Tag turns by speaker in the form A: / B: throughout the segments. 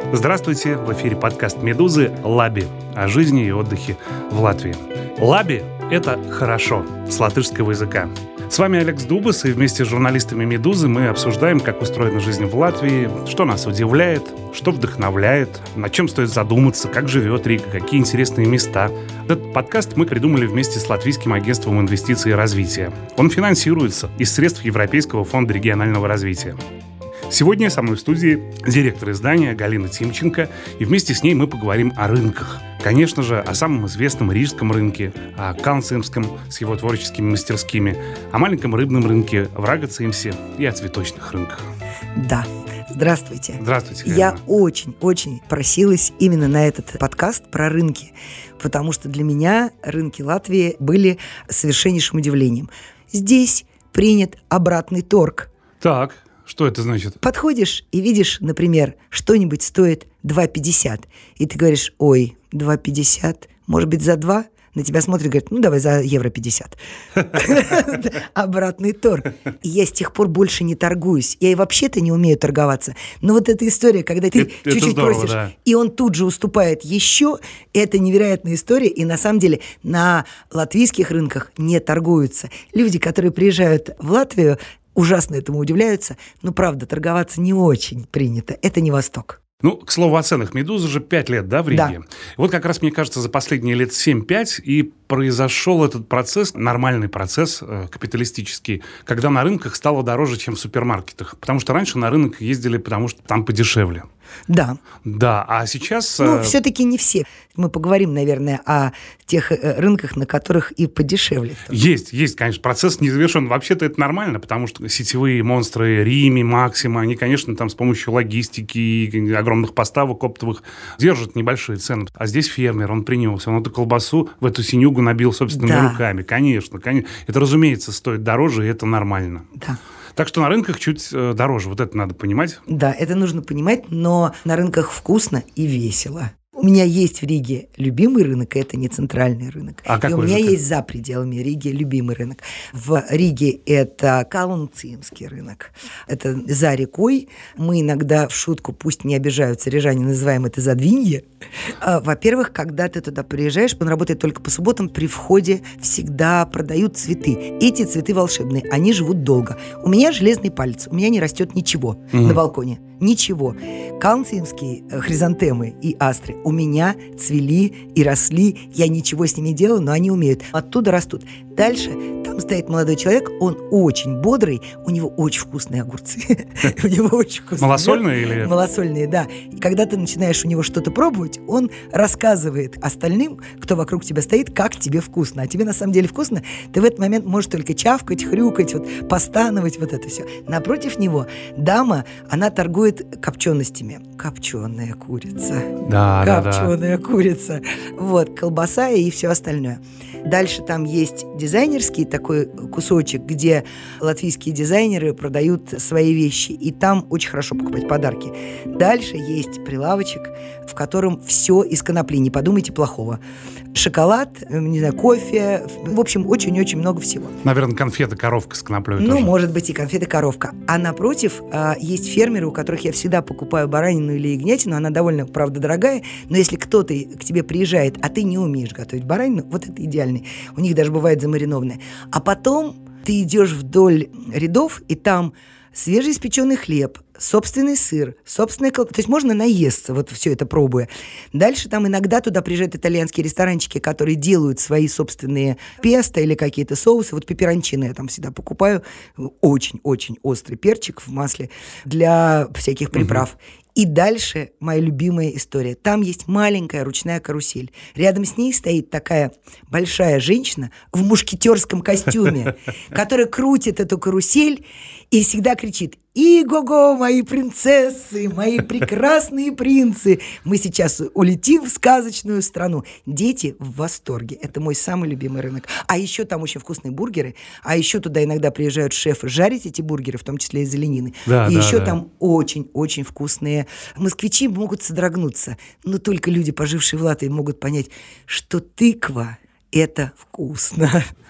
A: Здравствуйте, в эфире подкаст «Медузы» «Лаби» о жизни и отдыхе в Латвии. «Лаби» — это «хорошо» с латышского языка. С вами Алекс Дубас, и вместе с журналистами «Медузы» мы обсуждаем, как устроена жизнь в Латвии, что нас удивляет, что вдохновляет, над чем стоит задуматься, как живет Рига, какие интересные места. Этот подкаст мы придумали вместе с Латвийским агентством инвестиций и развития. Он финансируется из средств Европейского фонда регионального развития. Сегодня со мной в студии директор издания Галина Тимченко, и вместе с ней мы поговорим о рынках. Конечно же, о самом известном рижском рынке, о Калнцимском с его творческими мастерскими, о маленьком рыбном рынке в Рагацимсе и о цветочных рынках.
B: Да. Здравствуйте.
A: Здравствуйте, Галина.
B: Я очень просилась именно на этот подкаст про рынки, потому что для меня рынки Латвии были совершеннейшим удивлением. Здесь принят обратный торг.
A: Так, что это значит?
B: Подходишь и видишь, например, что-нибудь стоит 2,50, и ты говоришь: ой, 2,50, может быть, за 2? На тебя смотрят и говорят: ну, давай за евро 50. Обратный торг. И я с тех пор больше не торгуюсь. Я и вообще-то не умею торговаться. Но вот эта история, когда ты чуть-чуть просишь, и он тут же уступает еще, это невероятная история. И на самом деле на латвийских рынках не торгуются. Люди, которые приезжают в Латвию, ужасно этому удивляются. Но, правда, торговаться не очень принято. Это не Восток.
A: Ну, к слову о ценах, «Медуза» же 5 лет, да, в Риге?
B: Да.
A: Вот как раз, мне кажется, за последние лет 7-5 и произошел этот процесс, нормальный процесс капиталистический, когда на рынках стало дороже, чем в супермаркетах. Потому что раньше на рынок ездили, потому что там подешевле.
B: Да.
A: Да, а сейчас...
B: Ну, все-таки не все. Мы поговорим, наверное, о тех рынках, на которых и подешевле.
A: Есть, конечно, процесс не завершен. Вообще-то это нормально, потому что сетевые монстры Рими, Максима, они, конечно, там с помощью логистики и огромных поставок оптовых держат небольшие цены. А здесь фермер, он принес, он эту колбасу в эту синюгу набил собственными руками. Конечно. Это, разумеется, стоит дороже, и это нормально.
B: Да.
A: Так что на рынках чуть дороже, вот это надо понимать.
B: Да, это нужно понимать, но на рынках вкусно и весело. У меня есть в Риге любимый рынок, и это не центральный рынок.
A: А какой
B: и у меня
A: же
B: есть за пределами Риги любимый рынок. В Риге это Калнцимский рынок. Это за рекой. Мы иногда в шутку, пусть не обижаются рижане, называем это задвинье. Во-первых, когда ты туда приезжаешь, он работает только по субботам, при входе всегда продают цветы. Эти цветы волшебные, они живут долго. У меня железный палец, у меня не растет ничего на балконе. Ничего. Калнцимские хризантемы и астры у меня цвели и росли. Я ничего с ними не делала, но они умеют. Оттуда растут. Дальше там стоит молодой человек, он очень бодрый, у него очень вкусные огурцы. У него очень вкусные.
A: Малосольные или?
B: Малосольные, да. И когда ты начинаешь у него что-то пробовать, он рассказывает остальным, кто вокруг тебя стоит, как тебе вкусно. А тебе на самом деле вкусно. Ты в этот момент можешь только чавкать, хрюкать, постановать, вот это все. Напротив него дама, она торгует копченостями. Копченая курица.
A: Да.
B: Копченая курица. Вот, колбаса и все остальное. Дальше там есть дизайнерский такой кусочек, где латвийские дизайнеры продают свои вещи. И там очень хорошо покупать подарки. Дальше есть прилавочек, в котором все из конопли. Не подумайте плохого. Шоколад, не знаю, кофе. В общем, очень-очень много всего.
A: Наверное, конфеты-коровка с коноплей тоже.
B: Ну, может быть, и конфеты-коровка. А напротив есть фермеры, у которых я всегда покупаю баранину или ягнятину. Она довольно, правда, дорогая. Но если кто-то к тебе приезжает, а ты не умеешь готовить баранину, вот это идеальный. У них даже бывает замаринованное. А потом ты идешь вдоль рядов, и там свежеиспеченный хлеб, собственный сыр, собственная колбаса. То есть можно наесться, вот все это пробуя. Дальше там иногда туда приезжают итальянские ресторанчики, которые делают свои собственные песто или какие-то соусы. Вот пеперончино я там всегда покупаю. Очень-очень острый перчик в масле для всяких приправ. И дальше моя любимая история. Там есть маленькая ручная карусель. Рядом с ней стоит такая большая женщина в мушкетерском костюме, которая крутит эту карусель и всегда кричит: «И-го-го, мои принцессы, мои прекрасные принцы! Мы сейчас улетим в сказочную страну». Дети в восторге. Это мой самый любимый рынок. А еще там очень вкусные бургеры. А еще туда иногда приезжают шефы жарить эти бургеры, в том числе из оленины. И еще там очень-очень вкусные. Москвичи могут содрогнуться, но только люди, пожившие в Латвии, могут понять, что тыква – это вкусно.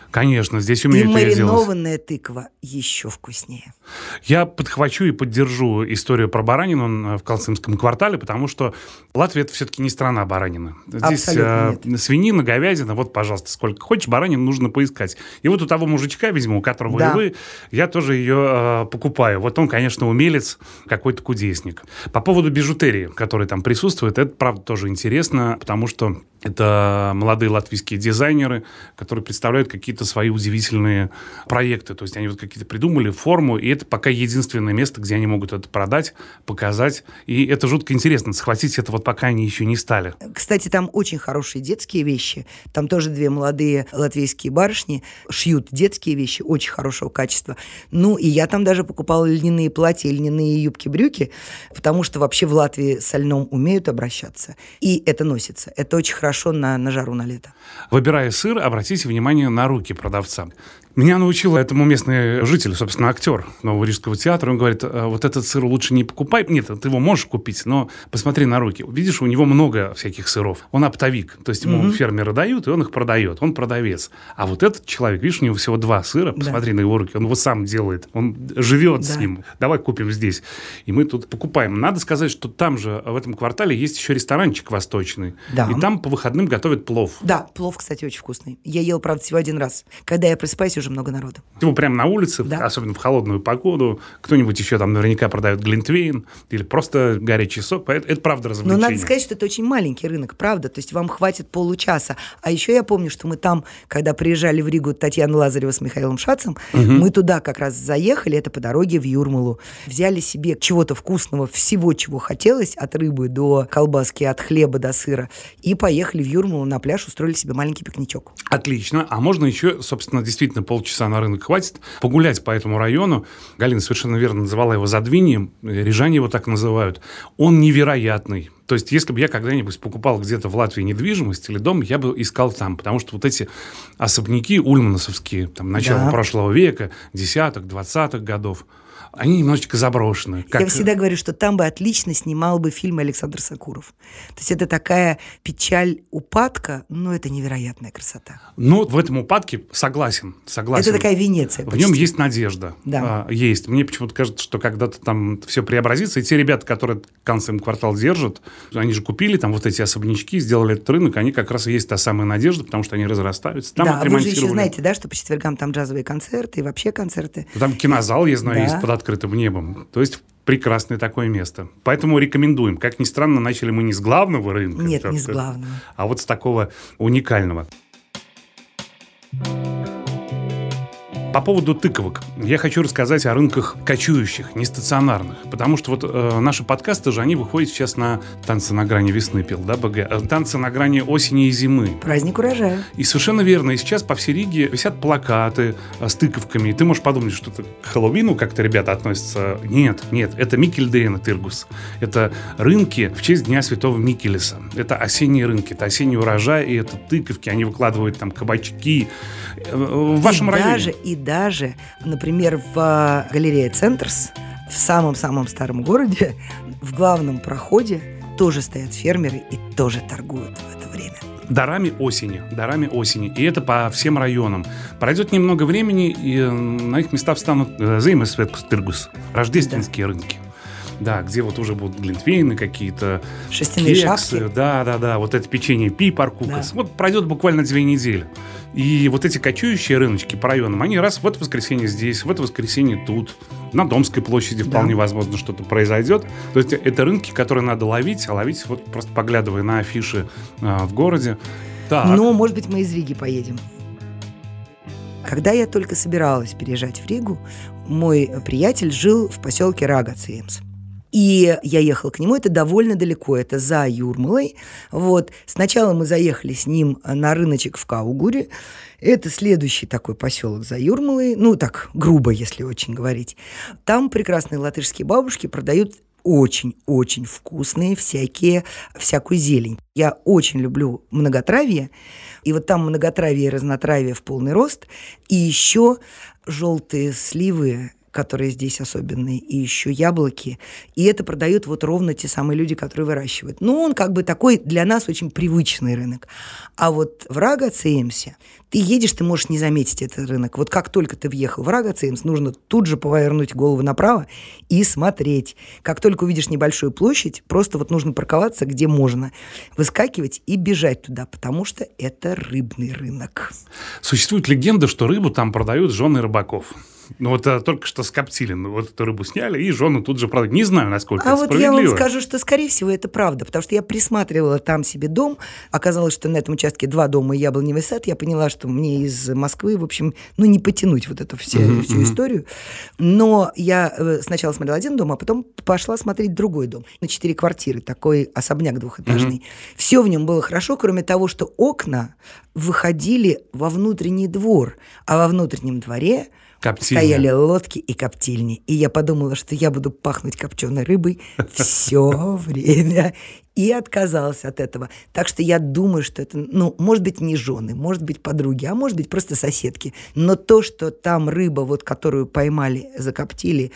A: Конечно, здесь
B: И
A: умеют ее делать.
B: маринованная тыква еще вкуснее.
A: Я подхвачу и поддержу историю про баранину в Калцимском квартале, потому что Латвия – это все-таки не страна баранины. Здесь свинина, говядина, вот, пожалуйста, сколько хочешь, баранину нужно поискать. И вот у того мужичка, видимо, у которого и вы, я тоже ее покупаю. Вот он, конечно, умелец, какой-то кудесник. По поводу бижутерии, которая там присутствует, это, правда, тоже интересно, потому что это молодые латвийские дизайнеры, которые представляют какие-то свои удивительные проекты. То есть они вот какие-то придумали форму, и это пока единственное место, где они могут это продать, показать. И это жутко интересно. Схватить это вот пока они еще не стали.
B: Кстати, там очень хорошие детские вещи. Там тоже две молодые латвийские барышни шьют детские вещи очень хорошего качества. Ну, и я там даже покупала льняные платья, льняные юбки-брюки, потому что вообще в Латвии со льном умеют обращаться. И это носится. Это очень хорошо на жару, на лето.
A: Выбирая сыр, обратите внимание на руки продавца. Меня научил этому местный житель, собственно, актер Нового Рижского театра. Он говорит, вот этот сыр лучше не покупай. Нет, ты его можешь купить, но посмотри на руки. Видишь, у него много всяких сыров. Он оптовик. То есть ему фермеры дают, и он их продает. Он продавец. А вот этот человек, видишь, у него всего 2 сыра. Посмотри на его руки. Он его сам делает. Он живет с ним. Давай купим здесь. И мы тут покупаем. Надо сказать, что там же, в этом квартале, есть еще ресторанчик восточный.
B: Да.
A: И там по выходным готовят плов.
B: Да, плов, кстати, очень вкусный. Я ела, правда, всего 1 раз. Когда я просыпаюсь, уже много народу.
A: Типа прямо на улице, особенно в холодную погоду. Кто-нибудь еще там наверняка продает глинтвейн или просто горячий сок. Это правда развлечение.
B: Но надо сказать, что это очень маленький рынок, правда. То есть вам хватит получаса. А еще я помню, что мы там, когда приезжали в Ригу Татьяна Лазарева с Михаилом Шацем, мы туда как раз заехали, это по дороге в Юрмалу. Взяли себе чего-то вкусного, всего, чего хотелось, от рыбы до колбаски, от хлеба до сыра, и поехали в Юрмалу на пляж, устроили себе маленький пикничок.
A: Отлично. А можно еще, собственно, действительно полчаса на рынок хватит погулять по этому району. Галина совершенно верно называла его Задвиньем. Рижане его так называют. Он невероятный. То есть, если бы я когда-нибудь покупал где-то в Латвии недвижимость или дом, я бы искал там. Потому что вот эти особняки ульмановские, там, начала прошлого века, 10-х, 20-х годов, они немножечко заброшены.
B: Я всегда говорю, что там бы отлично снимал бы фильм Александр Сакуров. То есть это такая печаль упадка, но это невероятная красота.
A: Ну, в этом упадке согласен.
B: Это такая Венеция почти.
A: В нем есть надежда.
B: Да.
A: Есть. Мне почему-то кажется, что когда-то там все преобразится. И те ребята, которые Калцим квартал держат, они же купили там вот эти особнячки, сделали этот рынок, они как раз и есть та самая надежда, потому что они разрастаются. Там
B: вы же еще знаете, да, что по четвергам там джазовые концерты и вообще концерты.
A: Там кинозал, я знаю, есть под открытым небом. То есть прекрасное такое место. Поэтому рекомендуем. Как ни странно, начали мы не с главного рынка.
B: Нет, не с главного.
A: А вот с такого уникального. По поводу тыковок. Я хочу рассказать о рынках кочующих, нестационарных. Потому что вот наши подкасты же, они выходят сейчас на «Танцы на грани весны», пел, да, БГ? «Танцы на грани осени и зимы».
B: Праздник урожая.
A: И совершенно верно. И сейчас по всей Риге висят плакаты с тыковками. И ты можешь подумать, что к Хэллоуину как-то ребята относятся. Нет. Это Микельдейна Тиргус. Это рынки в честь Дня Святого Микелеса. Это осенние рынки, это осенний урожай, и это тыковки. Они выкладывают там кабачки. В вашем районе.
B: Даже, например, в галерее «Центрс», в самом-самом старом городе, в главном проходе тоже стоят фермеры и тоже торгуют в это время.
A: Дарами осени. И это по всем районам. Пройдет немного времени, и на их места встанут Зеймесветкус Тиргус, рождественские рынки. Да, где вот уже будут глинтвейны какие-то,
B: шерстяные
A: кексы,
B: шапки.
A: Да, вот это печенье пипаркукас. Да. Вот пройдет буквально 2 недели. И вот эти кочующие рыночки по районам, они раз в это воскресенье здесь, в это воскресенье тут. На Домской площади вполне возможно что-то произойдет. То есть это рынки, которые надо ловить, вот просто поглядывая на афиши в городе. Так.
B: Но, может быть, мы из Риги поедем. Когда я только собиралась переезжать в Ригу, мой приятель жил в поселке Рагациемс. И я ехала к нему, это довольно далеко, это за Юрмалой. Вот. Сначала мы заехали с ним на рыночек в Каугуре. Это следующий такой поселок за Юрмалой, ну так грубо, если очень говорить. Там прекрасные латышские бабушки продают очень-очень вкусные всякую зелень. Я очень люблю многотравье, и вот там многотравье и разнотравье в полный рост, и еще желтые сливы которые здесь особенные, и еще яблоки. И это продают вот ровно те самые люди, которые выращивают. Но он как бы такой для нас очень привычный рынок. А вот в Рагацимсе ты едешь, ты можешь не заметить этот рынок. Вот как только ты въехал в Рагацимс, нужно тут же повернуть голову направо и смотреть. Как только увидишь небольшую площадь, просто вот нужно парковаться, где можно, выскакивать и бежать туда, потому что это рыбный рынок.
A: Существует легенда, что рыбу там продают жены рыбаков. Ну, вот только что скоптили, вот эту рыбу сняли, и жену тут же продают. Не знаю, насколько это справедливо.
B: А вот я вам скажу, что, скорее всего, это правда, потому что я присматривала там себе дом, оказалось, что на этом участке 2 дома и яблоневый сад, я поняла, что мне из Москвы, в общем, не потянуть вот эту всю историю. Но я сначала смотрела один дом, а потом пошла смотреть другой дом. На 4 квартиры, такой особняк двухэтажный. Все в нем было хорошо, кроме того, что окна выходили во внутренний двор, а во внутреннем дворе стояли лодки и коптильни. И я подумала, что я буду пахнуть копченой рыбой все время. И отказалась от этого. Так что я думаю, что это, может быть, не жены, может быть, подруги, а может быть, просто соседки. Но то, что там рыба, вот, которую поймали, закоптили,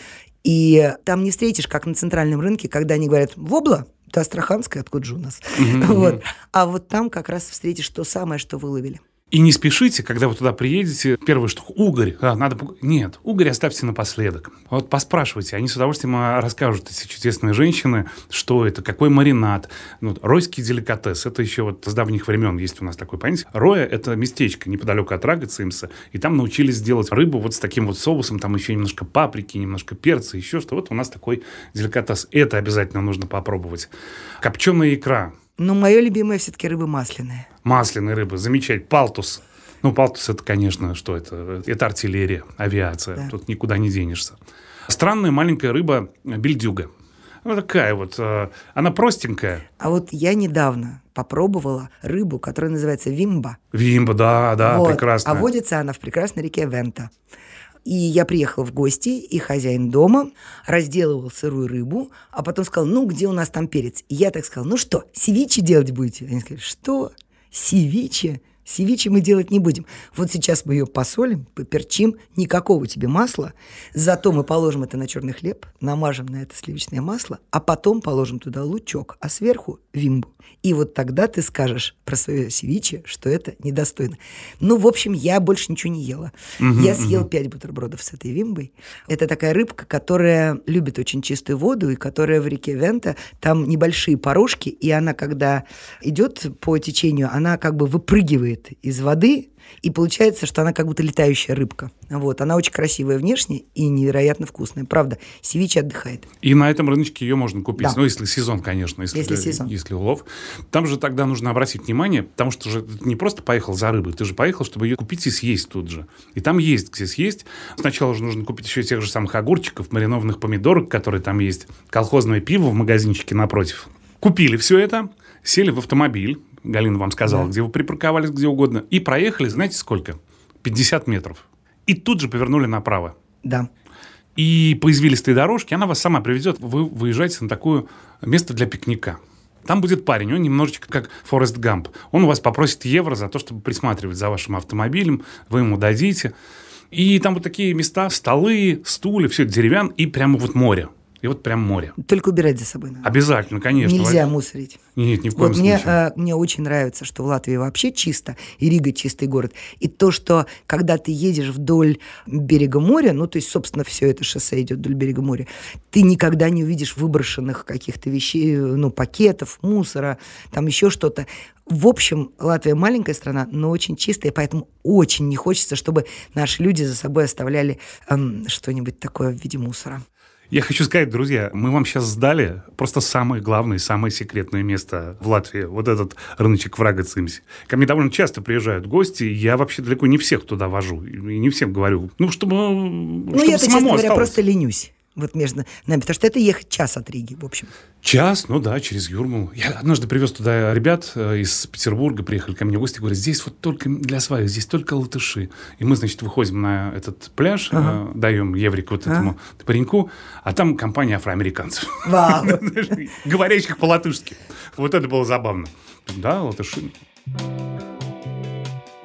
B: и там не встретишь, как на центральном рынке, когда они говорят «вобла», это астраханская, откуда же у нас. Вот. А вот там как раз встретишь то самое, что выловили.
A: И не спешите, когда вы туда приедете, первое, что угорь, Нет, угорь оставьте напоследок. Вот поспрашивайте, они с удовольствием расскажут, эти чудесные женщины, что это, какой маринад. Ройский деликатес, это еще вот с давних времен есть у нас такое понятие. Роя – это местечко неподалеку от Рагацимса, и там научились делать рыбу вот с таким вот соусом, там еще немножко паприки, немножко перца, еще что. Вот у нас такой деликатес. Это обязательно нужно попробовать. Копченая икра.
B: Но мое любимое все-таки рыба масляная.
A: Масляная рыба, замечательно. Палтус. Палтус это, конечно, что это? Это артиллерия, авиация. Да. Тут никуда не денешься. Странная маленькая рыба бельдюга. Такая вот, она простенькая.
B: А вот я недавно попробовала рыбу, которая называется вимба.
A: Вимба, да, вот. Прекрасная.
B: А водится она в прекрасной реке Вента. И я приехала в гости, и хозяин дома разделывал сырую рыбу, а потом сказал, где у нас там перец? И я так сказала, что, севиче делать будете? Они сказали, что? Севиче? Севиче мы делать не будем. Вот сейчас мы ее посолим, поперчим, никакого тебе масла, зато мы положим это на черный хлеб, намажем на это сливочное масло, а потом положим туда лучок, а сверху вимбу. И вот тогда ты скажешь про свое севиче, что это недостойно. В общем, я больше ничего не ела. Я съела 5 бутербродов с этой вимбой. Это такая рыбка, которая любит очень чистую воду, и которая в реке Вента, там небольшие порожки, и она, когда идет по течению, она как бы выпрыгивает из воды, и получается, что она как будто летающая рыбка. Вот. Она очень красивая внешне и невероятно вкусная. Правда, севиче отдыхает.
A: И на этом рыночке ее можно купить.
B: Да.
A: Если сезон, конечно.
B: Сезон.
A: Если улов. Там же тогда нужно обратить внимание, потому что же ты не просто поехал за рыбой, ты же поехал, чтобы ее купить и съесть тут же. И там есть где съесть. Сначала же нужно купить еще тех же самых огурчиков, маринованных помидорок, которые там есть, колхозное пиво в магазинчике напротив. Купили все это, сели в автомобиль, Галина вам сказала, где вы припарковались, где угодно, и проехали, знаете сколько? 50 метров. И тут же повернули направо.
B: Да.
A: И по извилистой дорожке она вас сама приведет. Вы выезжаете на такое место для пикника. Там будет парень, он немножечко как Форест Гамп. Он у вас попросит евро за то, чтобы присматривать за вашим автомобилем. Вы ему дадите. И там вот такие места, столы, стулья, все это деревян, и прямо вот море. И вот прям море.
B: Только убирать за собой надо.
A: Обязательно, конечно.
B: Нельзя мусорить.
A: Нет, ни в коем случае.
B: Мне очень нравится, что в Латвии вообще чисто, и Рига чистый город. И то, что когда ты едешь вдоль берега моря, то есть, собственно, все это шоссе идет вдоль берега моря, ты никогда не увидишь выброшенных каких-то вещей, пакетов, мусора, там еще что-то. В общем, Латвия маленькая страна, но очень чистая, поэтому очень не хочется, чтобы наши люди за собой оставляли что-нибудь такое в виде мусора.
A: Я хочу сказать, друзья, мы вам сейчас сдали просто самое главное, самое секретное место в Латвии. Вот этот рыночек в Рагацимсе. Ко мне довольно часто приезжают гости, и я вообще далеко не всех туда вожу. И не всем говорю. Чтобы
B: я-то, честно говоря, просто ленюсь. Вот между нами, потому что это ехать час от Риги, в общем.
A: Час, через Юрмалу. Я однажды привез туда ребят из Петербурга, приехали ко мне в гости, говорят, здесь вот только для своих, здесь только латыши. И мы, выходим на этот пляж, даем еврик вот этому пареньку, а там компания афроамериканцев.
B: Вау!
A: Говорящих по-латышски. Вот это было забавно. Да, латыши.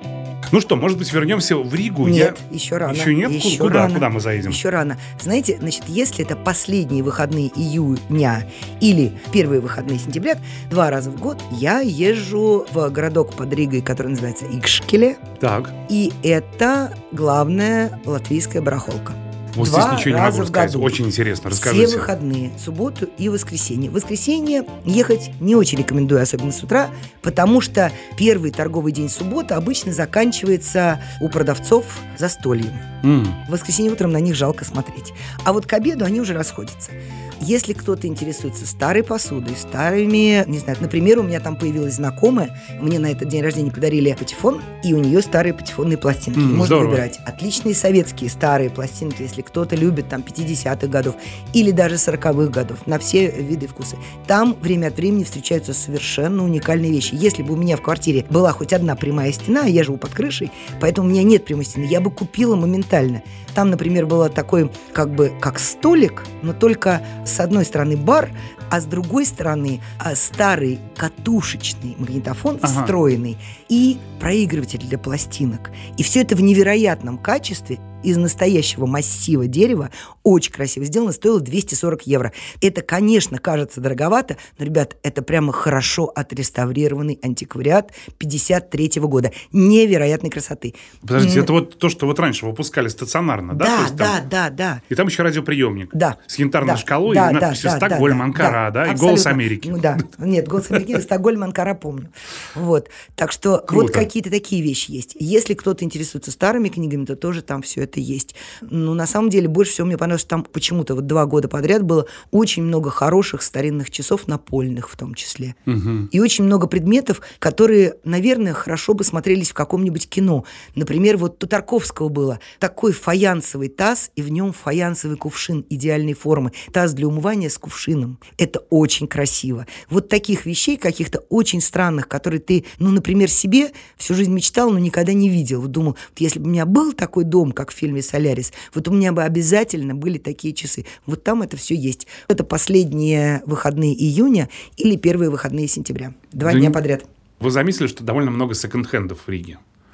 A: Ну что, может быть, вернемся в Ригу?
B: Нет, еще рано.
A: Еще нет? Куда мы заедем?
B: Еще рано. Знаете, значит, если это последние выходные июня или первые выходные сентября, 2 раза в год я езжу в городок под Ригой, который называется Икшкеле.
A: Так.
B: И это главная латвийская барахолка.
A: Вот здесь ничего не могу сказать. Очень интересно. Расскажите.
B: Все выходные, субботу и воскресенье. В воскресенье ехать не очень рекомендую, особенно с утра, потому что первый торговый день субботы обычно заканчивается у продавцов застольем. В воскресенье утром на них жалко смотреть. А вот к обеду они уже расходятся. Если кто-то интересуется старой посудой, старыми, не знаю, например, у меня там появилась знакомая, мне на этот день рождения подарили патефон, и у нее старые патефонные пластинки. Можно
A: здорово.
B: выбирать. Отличные советские старые пластинки, если кто-то любит там 50-х годов или даже 40-х годов, на все виды и вкусы. Там время от времени встречаются совершенно уникальные вещи. Если бы у меня в квартире была хоть одна прямая стена, я живу под крышей, поэтому у меня нет прямой стены, я бы купила моментально. Там, например, был такой как столик, но только с одной стороны бар, а с другой стороны старый катушечный магнитофон, встроенный, и проигрыватель для пластинок. И все это в невероятном качестве, из настоящего массива дерева, очень красиво сделано, стоило 240 евро. Это, конечно, кажется дороговато, но, ребят, это прямо хорошо отреставрированный антиквариат 53-го года. Невероятной красоты.
A: Подождите, это вот то, что вот раньше выпускали стационарно, да?
B: Да,
A: есть там...
B: да.
A: И там еще радиоприемник.
B: Да.
A: С янтарной шкалой, и надписью «Стокгольм, Анкара», да? И «Голос Америки».
B: Да. Нет, «Голос Америки», «Стокгольм, Анкара» помню. Вот. Так что
A: Круто.
B: Вот какие-то такие вещи есть. Если кто-то интересуется старыми книгами, то тоже там все это есть. Но на самом деле больше всего мне понравилось, что там почему-то вот 2 года подряд было очень много хороших старинных часов, напольных в том числе. И очень много предметов, которые, наверное, хорошо бы смотрелись в каком-нибудь кино. Например, вот у Тарковского было такой фаянсовый таз, и в нем фаянсовый кувшин идеальной формы. Таз для умывания с кувшином. Это очень красиво. Вот таких вещей каких-то очень странных, которые ты, например, себе всю жизнь мечтал, но никогда не видел. Вот думал, вот если бы у меня был такой дом, как в фильме «Солярис», вот у меня бы обязательно были такие часы. Вот там это все есть. Это последние выходные июня или первые выходные сентября. 2 дня подряд.
A: Вы заметили, что довольно много секонд-хендов в Риге?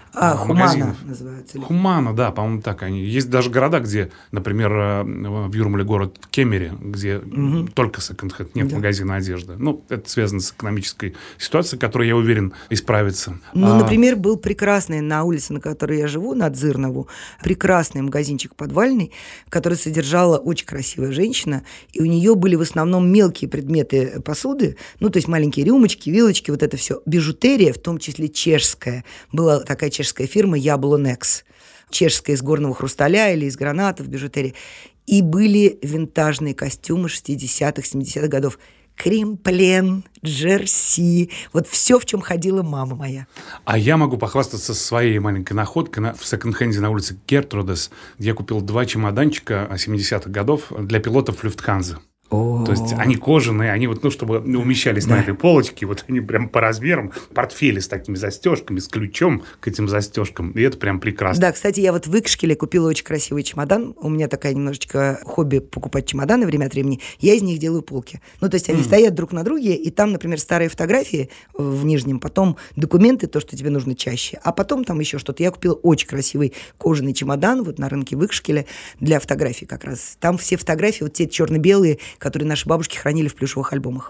B: Хумана называются.
A: Хумана, да, по-моему, так они. Есть даже города, где, например, в Юрмале город Кемере, где только секонд-хенд, нет магазина одежды. Это связано с экономической ситуацией, которая, я уверен, исправится.
B: Например, был прекрасный на улице, на которой я живу, на Дзырнову, прекрасный магазинчик подвальный, который содержала очень красивая женщина, и у нее были в основном мелкие предметы посуды, то есть маленькие рюмочки, вилочки, вот это все. Бижутерия, в том числе чешская. Была такая чешская фирма Яблонекс, чешская из горного хрусталя или из гранатов, бижутерии. И были винтажные костюмы 60-х, 70-х годов. Кримплен, джерси, вот все, в чем ходила мама моя.
A: А я могу похвастаться своей маленькой находкой в секонд-хенде на улице Гертрудес, где я купил 2 чемоданчика 70-х годов для пилотов Люфтханзы. То есть они кожаные, они чтобы умещались на этой полочке, вот они прям по размерам, портфели с такими застежками, с ключом к этим застежкам, и это прям прекрасно.
B: Да, кстати, я вот в Икшкеле купила очень красивый чемодан, у меня такая немножечко хобби покупать чемоданы время от времени, я из них делаю полки. То есть они стоят друг на друге, и там, например, старые фотографии в нижнем, потом документы, то, что тебе нужно чаще, а потом там еще что-то. Я купила очень красивый кожаный чемодан вот на рынке в Икшкеле для фотографий как раз. Там все фотографии, вот те черно-белые, которые наши бабушки хранили в плюшевых альбомах.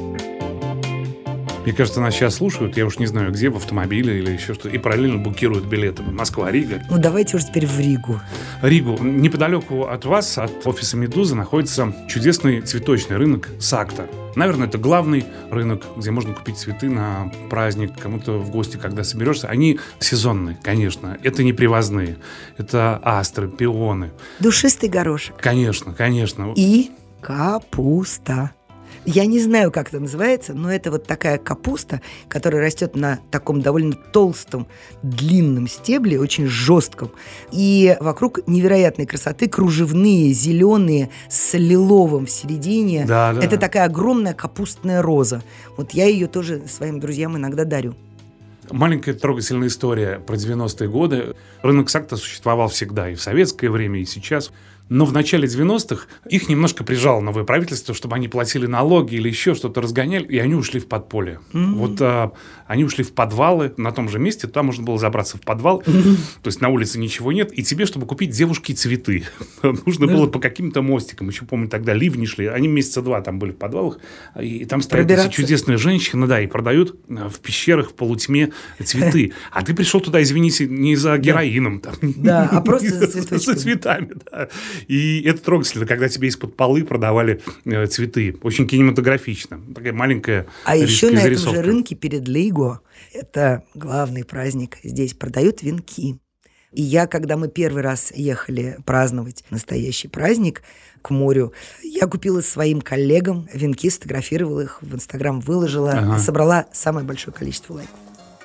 A: Мне кажется, нас сейчас слушают, я уж не знаю где, в автомобиле или еще что-то, и параллельно букируют билеты. Москва-Рига.
B: Давайте уже теперь в Ригу.
A: Ригу. Неподалеку от вас, от офиса «Медузы», находится чудесный цветочный рынок Сакта. Наверное, это главный рынок, где можно купить цветы на праздник, кому-то в гости, когда соберешься. Они сезонные, конечно. Это не привозные. Это астры, пионы.
B: Душистый горошек.
A: Конечно.
B: И капуста. Я не знаю, как это называется, но это вот такая капуста, которая растет на таком довольно толстом, длинном стебле, очень жестком. И вокруг невероятной красоты кружевные, зеленые, с лиловым в середине.
A: Да.
B: Это такая огромная капустная роза. Вот я ее тоже своим друзьям иногда дарю.
A: Маленькая трогательная история про 90-е годы. Рынок Сакта существовал всегда, и в советское время, и сейчас. Но в начале 90-х их немножко прижало новое правительство, чтобы они платили налоги или еще что-то разгоняли, и они ушли в подполье. Они ушли в подвалы на том же месте, туда можно было забраться в подвал, то есть на улице ничего нет, и тебе, чтобы купить девушки цветы, нужно было по каким-то мостикам, еще помню, тогда ливни шли, они месяца 2 там были в подвалах, и там стоят эти чудесные женщины, да, и продают в пещерах в полутьме цветы. А ты пришел туда, извините, не за героином, там,
B: да, а просто за цветочками.
A: За цветами, да. И это трогательно, когда тебе из-под полы продавали цветы. Очень кинематографично. Такая маленькая
B: А еще на
A: зарисовка.
B: этом же рынке перед Лейго, это главный праздник, здесь продают венки. И я, когда мы первый раз ехали праздновать настоящий праздник к морю, я купила своим коллегам венки, сфотографировала их, в Инстаграм выложила, собрала самое большое количество лайков.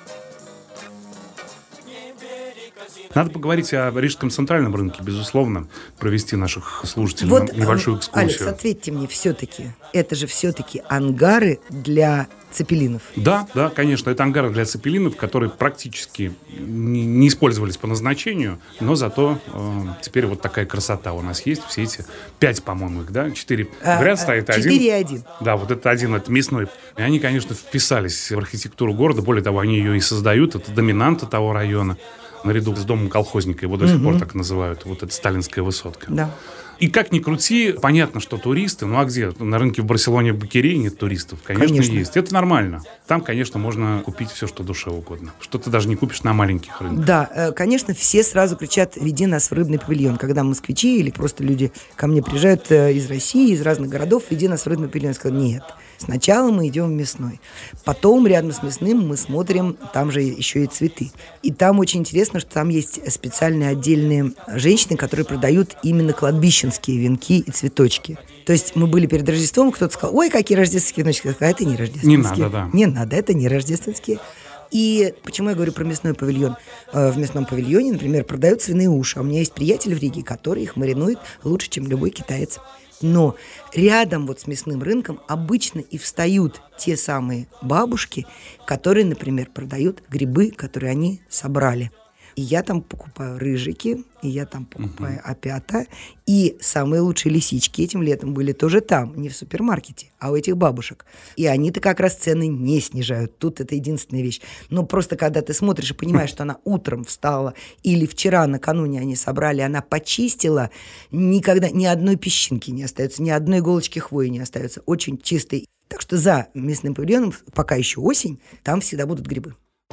A: Надо поговорить о Рижском центральном рынке, безусловно, провести наших слушателей
B: Вот,
A: небольшую экскурсию.
B: Алекс, ответьте мне, все-таки, это же все-таки ангары для цепелинов.
A: Да, конечно, это ангары для цепелинов, которые практически не использовались по назначению, но зато теперь вот такая красота у нас есть. Все эти 5, по-моему, их, да? 4 в ряд стоит,
B: 4 и 1.
A: Да, вот это один, это мясной. И они, конечно, вписались в архитектуру города. Более того, они ее и создают. Это доминанта того района. Наряду с домом колхозника, его до сих пор так называют. Вот это сталинская высотка.
B: Да.
A: И как ни крути, понятно, что туристы, ну а где? На рынке в Барселоне Бакерии нет туристов? Конечно, есть. Это нормально. Там, конечно, можно купить все, что душе угодно. Что ты даже не купишь на маленьких рынках.
B: Да, конечно, все сразу кричат: веди нас в рыбный павильон. Когда москвичи или просто люди ко мне приезжают из России, из разных городов, веди нас в рыбный павильон. Я сказала: нет. Сначала мы идем в мясной. Потом рядом с мясным мы смотрим, там же еще и цветы. И там очень интересно, что там есть специальные отдельные женщины, которые продают именно кладбищенские венки и цветочки. То есть мы были перед Рождеством, кто-то сказал: ой, какие рождественские веночки. А это не рождественские.
A: Не надо, да.
B: Не надо, это не рождественские. И почему я говорю про мясной павильон? В мясном павильоне, например, продают свиные уши. А у меня есть приятель в Риге, который их маринует лучше, чем любой китаец. Но рядом вот с мясным рынком обычно и встают те самые бабушки, которые, например, продают грибы, которые они собрали. И я там покупаю рыжики, и я там покупаю опята. И самые лучшие лисички этим летом были тоже там, не в супермаркете, а у этих бабушек. И они-то как раз цены не снижают. Тут это единственная вещь. Но просто когда ты смотришь и понимаешь, что она утром встала, или вчера накануне они собрали, она почистила, никогда ни одной песчинки не остается, ни одной иголочки хвои не остается. Очень чистый. Так что за мясным павильоном, пока еще осень, там всегда будут грибы.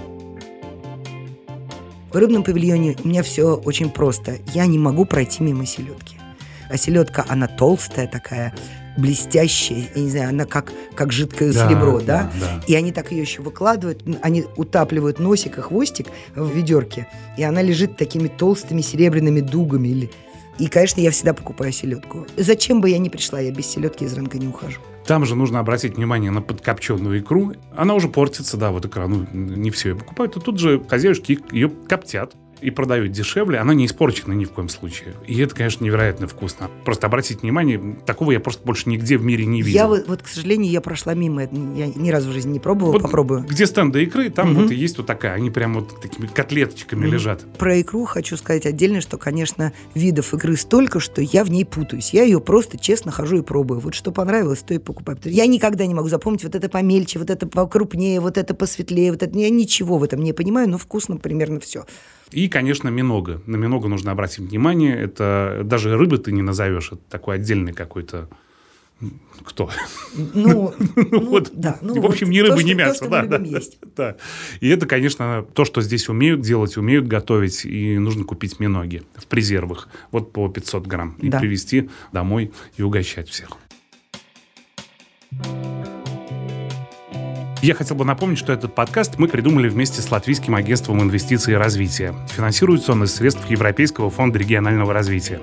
B: В рыбном павильоне у меня все очень просто. Я не могу пройти мимо селедки. А селедка, она толстая такая, блестящая, я не знаю, она как жидкое серебро, да? И они так ее еще выкладывают, они утапливают носик и хвостик в ведерке, и она лежит такими толстыми серебряными дугами. И, конечно, я всегда покупаю селедку. Зачем бы я ни пришла, я без селедки из рынка не ухожу.
A: Там же нужно обратить внимание на подкопченную икру. Она уже портится, да, вот икра, не все ее покупают. И тут же хозяюшки ее коптят и продают дешевле, она не испорчена ни в коем случае. И это, конечно, невероятно вкусно. Просто обратите внимание, такого я просто больше нигде в мире не видел.
B: Я вот, к сожалению, я прошла мимо, я ни разу в жизни не пробовала, вот попробую.
A: Где стенды икры, там вот и есть вот такая, они прям вот такими котлеточками лежат.
B: Про икру хочу сказать отдельно, что, конечно, видов икры столько, что я в ней путаюсь. Я ее просто честно хожу и пробую. Вот что понравилось, то и покупаю. Я никогда не могу запомнить вот это помельче, вот это покрупнее, вот это посветлее, вот это. Я ничего в этом не понимаю, но вкусно примерно все.
A: И, конечно, минога. На миногу нужно обратить внимание. Это даже рыбы ты не назовешь. Это такой отдельный какой-то... Кто?
B: Да.
A: В общем, ни рыбы, ни мясо.
B: Да.
A: И это, конечно, то, что здесь умеют делать, умеют готовить. И нужно купить миноги в презервах. Вот по 500 грамм. И привезти домой и угощать всех. Я хотел бы напомнить, что этот подкаст мы придумали вместе с Латвийским агентством инвестиций и развития. Финансируется он из средств Европейского фонда регионального развития.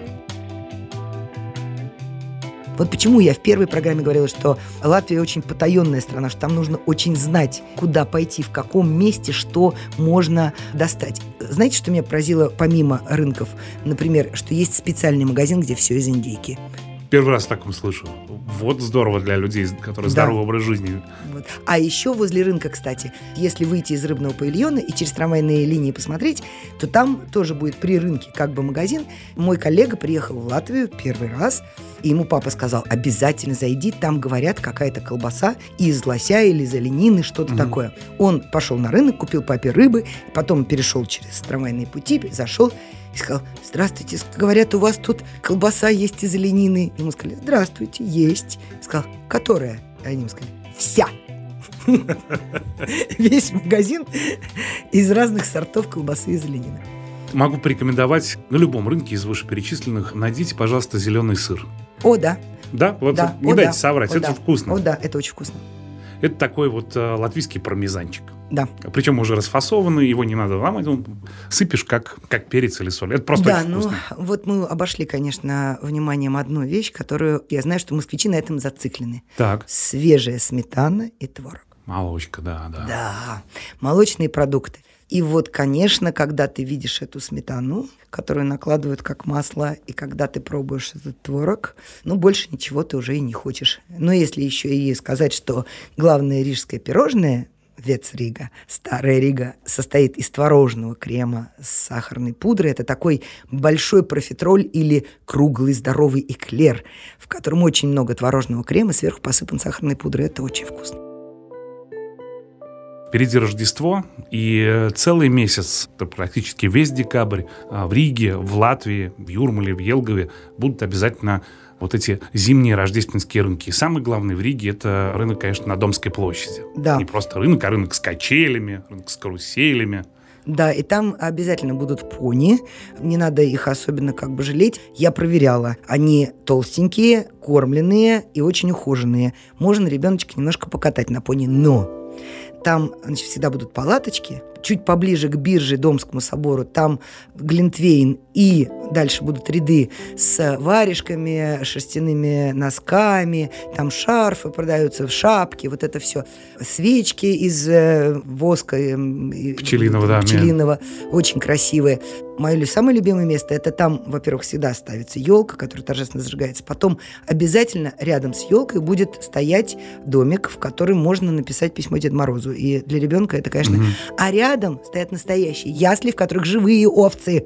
B: Вот почему я в первой программе говорила, что Латвия очень потаенная страна, что там нужно очень знать, куда пойти, в каком месте, что можно достать. Знаете, что меня поразило помимо рынков? Например, что есть специальный магазин, где все из индейки.
A: Первый раз таком слышу. Вот здорово для людей, которые здоровый образ жизни.
B: Вот. А еще возле рынка, кстати, если выйти из рыбного павильона и через трамвайные линии посмотреть, то там тоже будет при рынке как бы магазин. Мой коллега приехал в Латвию первый раз, и ему папа сказал: обязательно зайди, там, говорят, какая-то колбаса из лося или из оленины, что-то такое. Он пошел на рынок, купил папе рыбы, потом перешел через трамвайные пути, зашел и сказал: здравствуйте, говорят, у вас тут колбаса есть из оленины. Ему сказали: здравствуйте, есть. Сказал: которая? А они ему сказали: вся. Весь магазин из разных сортов колбасы из оленины.
A: Могу порекомендовать на любом рынке из вышеперечисленных: найдите, пожалуйста, зеленый сыр.
B: О, да.
A: Да? Вот
B: Да.
A: не дайте соврать, это вкусно.
B: О, да, это очень вкусно.
A: Это такой вот латвийский пармезанчик.
B: Да.
A: Причем уже расфасованный, его не надо ломать, сыпешь как перец или соль. Это просто очень вкусно.
B: Вот мы обошли, конечно, вниманием одну вещь, которую я знаю, что москвичи на этом зациклены.
A: Так.
B: Свежая сметана и творог.
A: Молочка, да.
B: Да, молочные продукты. И вот, конечно, когда ты видишь эту сметану, которую накладывают как масло, и когда ты пробуешь этот творог, больше ничего ты уже и не хочешь. Но если еще и сказать, что главное рижское пирожное Вецрига, старая Рига, состоит из творожного крема с сахарной пудрой. Это такой большой профитроль или круглый здоровый эклер, в котором очень много творожного крема, сверху посыпан сахарной пудрой. Это очень вкусно.
A: Впереди Рождество, и целый месяц, практически весь декабрь, в Риге, в Латвии, в Юрмале, в Елгове будут обязательно вот эти зимние рождественские рынки. И самый главный в Риге – это рынок, конечно, на Домской площади.
B: Да.
A: Не просто рынок, а рынок с качелями, рынок с каруселями.
B: Да, и там обязательно будут пони. Не надо их особенно жалеть. Я проверяла. Они толстенькие, кормленные и очень ухоженные. Можно ребеночка немножко покатать на пони, но там, всегда будут палаточки. Чуть поближе к бирже, Домскому собору, там глинтвейн, и дальше будут ряды с варежками, шерстяными носками, там шарфы продаются, шапки, вот это все. Свечки из воска пчелиного, очень красивые. Мое самое любимое место – это там, во-первых, всегда ставится елка, которая торжественно зажигается. Потом обязательно рядом с елкой будет стоять домик, в который можно написать письмо Деду Морозу. И для ребенка это, конечно... А рядом стоят настоящие ясли, в которых живые овцы.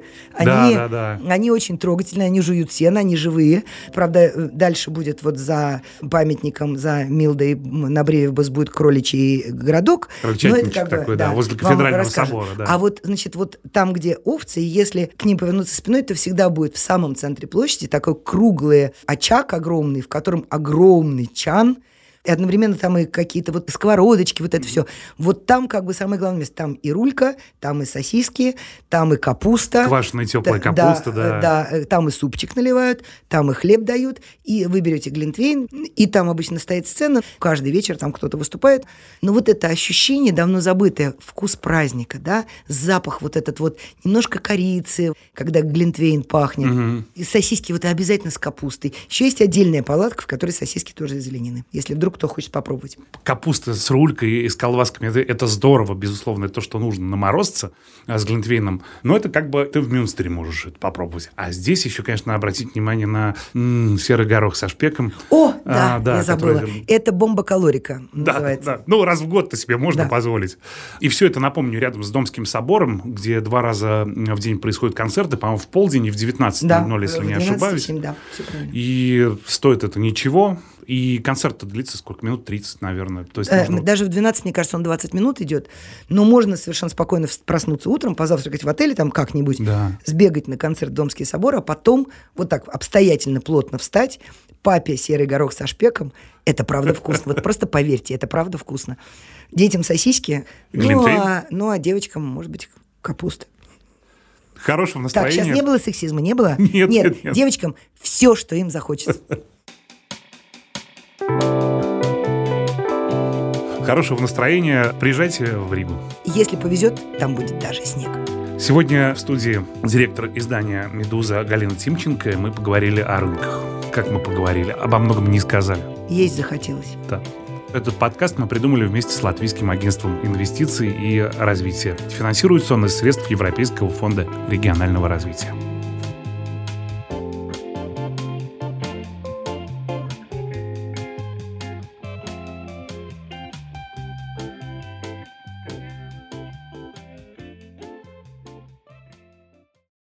B: Они очень трогательные, они жуют сено, они живые. Правда, дальше будет вот за памятником, за Милдой на Бревебас будет кроличий городок.
A: Крольчатничек такой, возле кафедрального собора. Да.
B: А вот, вот там, где овцы, если к ним повернуться спиной, то всегда будет в самом центре площади такой круглый очаг огромный, в котором огромный чан. И одновременно там и какие-то вот сковородочки, вот это все. Вот там самое главное место. Там и рулька, там и сосиски, там и капуста.
A: Квашеная теплая капуста, да.
B: Да, там и супчик наливают, там и хлеб дают, и вы берете глинтвейн, и там обычно стоит сцена, каждый вечер там кто-то выступает. Но вот это ощущение давно забытое, вкус праздника, да, запах вот этот вот, немножко корицы, когда глинтвейн пахнет, и сосиски вот обязательно с капустой. Еще есть отдельная палатка, в которой сосиски тоже из оленины, если вдруг кто хочет попробовать.
A: Капуста с рулькой и с колбасками – это здорово, безусловно, это то, что нужно на морозце с глинтвейном. Но это ты в Мюнстере можешь это попробовать. А здесь еще, конечно, обратить внимание на серый горох со шпеком.
B: О, да, я забыла. Это бомба-калорика называется.
A: Да. Раз в год-то себе можно позволить. И все это, напомню, рядом с Домским собором, где 2 раза в день происходят концерты, по-моему, в полдень и в 19:00, если не ошибаюсь.
B: Да, все правильно.
A: И стоит это ничего. И концерт-то длится сколько? Минут 30, наверное. То есть
B: даже в 12, мне кажется, он 20 минут идет. Но можно совершенно спокойно проснуться утром, позавтракать в отеле там как-нибудь, сбегать на концерт Домский собор, а потом вот так обстоятельно, плотно встать. Папе серый горох со шпеком. Это правда вкусно. Вот просто поверьте, это правда вкусно. Детям сосиски, а девочкам, может быть, капуста.
A: Хорошего настроения.
B: Так, сейчас не было сексизма, не было?
A: Нет.
B: Девочкам все, что им захочется.
A: Хорошего настроения. Приезжайте в Ригу.
B: Если повезет, там будет даже снег.
A: Сегодня в студии директор издания «Медуза» Галина Тимченко. Мы поговорили о рынках. Как мы поговорили? Обо многом не сказали.
B: Есть захотелось.
A: Да. Этот подкаст мы придумали вместе с Латвийским агентством инвестиций и развития. Финансируется он из средств Европейского фонда регионального развития.